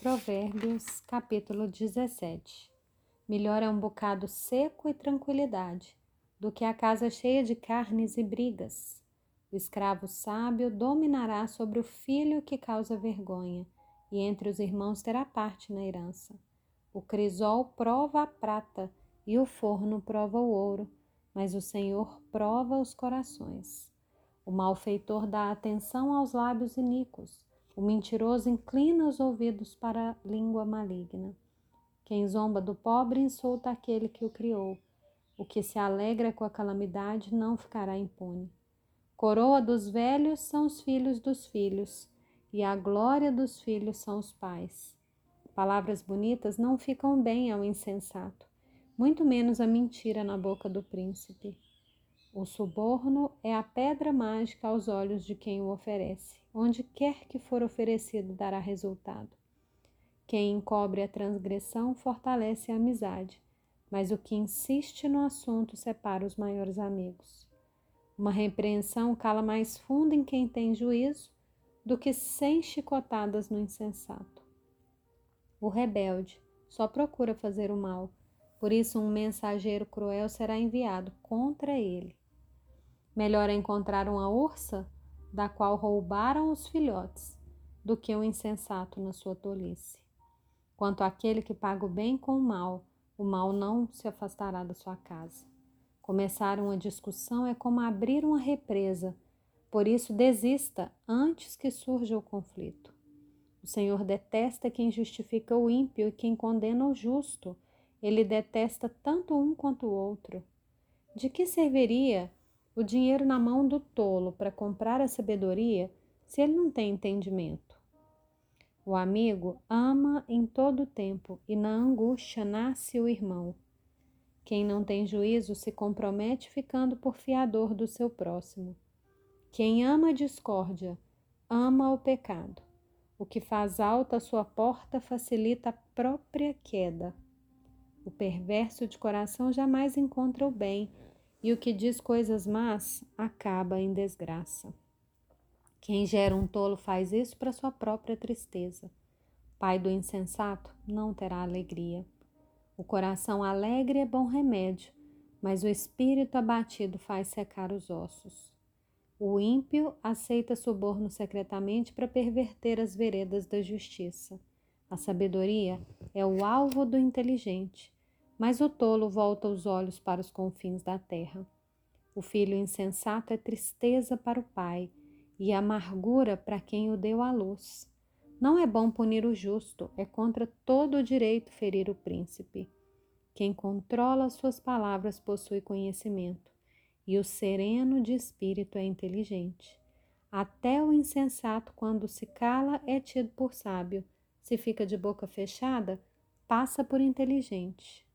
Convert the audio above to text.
Provérbios, capítulo 17. Melhor é um bocado seco e tranquilidade, do que a casa cheia de carnes e brigas. O escravo sábio dominará sobre o filho que causa vergonha, e entre os irmãos terá parte na herança. O crisol prova a prata, e o forno prova o ouro, mas o Senhor prova os corações. O malfeitor dá atenção aos lábios iníquos, o mentiroso inclina os ouvidos para a língua maligna. Quem zomba do pobre insulta aquele que o criou. O que se alegra com a calamidade não ficará impune. Coroa dos velhos são os filhos dos filhos, e a glória dos filhos são os pais. Palavras bonitas não ficam bem ao insensato, muito menos a mentira na boca do príncipe. O suborno é a pedra mágica aos olhos de quem o oferece. Onde quer que for oferecido, dará resultado. Quem encobre a transgressão fortalece a amizade, mas o que insiste no assunto separa os maiores amigos. Uma repreensão cala mais fundo em quem tem juízo do que 100 chicotadas no insensato. O rebelde só procura fazer o mal, por isso um mensageiro cruel será enviado contra ele. Melhor é encontrar uma ursa, da qual roubaram os filhotes, do que um insensato na sua tolice. Quanto àquele que paga o bem com o mal não se afastará da sua casa. Começar uma discussão é como abrir uma represa, por isso desista antes que surja o conflito. O Senhor detesta quem justifica o ímpio e quem condena o justo. Ele detesta tanto um quanto o outro. De que serviria o dinheiro na mão do tolo para comprar a sabedoria se ele não tem entendimento? O amigo ama em todo o tempo e na angústia nasce o irmão. Quem não tem juízo se compromete ficando por fiador do seu próximo. Quem ama a discórdia, ama o pecado. O que faz alta a sua porta facilita a própria queda. O perverso de coração jamais encontra o bem, e o que diz coisas más acaba em desgraça. Quem gera um tolo faz isso para sua própria tristeza. Pai do insensato não terá alegria. O coração alegre é bom remédio, mas o espírito abatido faz secar os ossos. O ímpio aceita suborno secretamente para perverter as veredas da justiça. A sabedoria é o alvo do inteligente, mas o tolo volta os olhos para os confins da terra. O filho insensato é tristeza para o pai e amargura para quem o deu à luz. Não é bom punir o justo, é contra todo o direito ferir o príncipe. Quem controla suas palavras possui conhecimento, e o sereno de espírito é inteligente. Até o insensato, quando se cala, é tido por sábio. Se fica de boca fechada, passa por inteligente.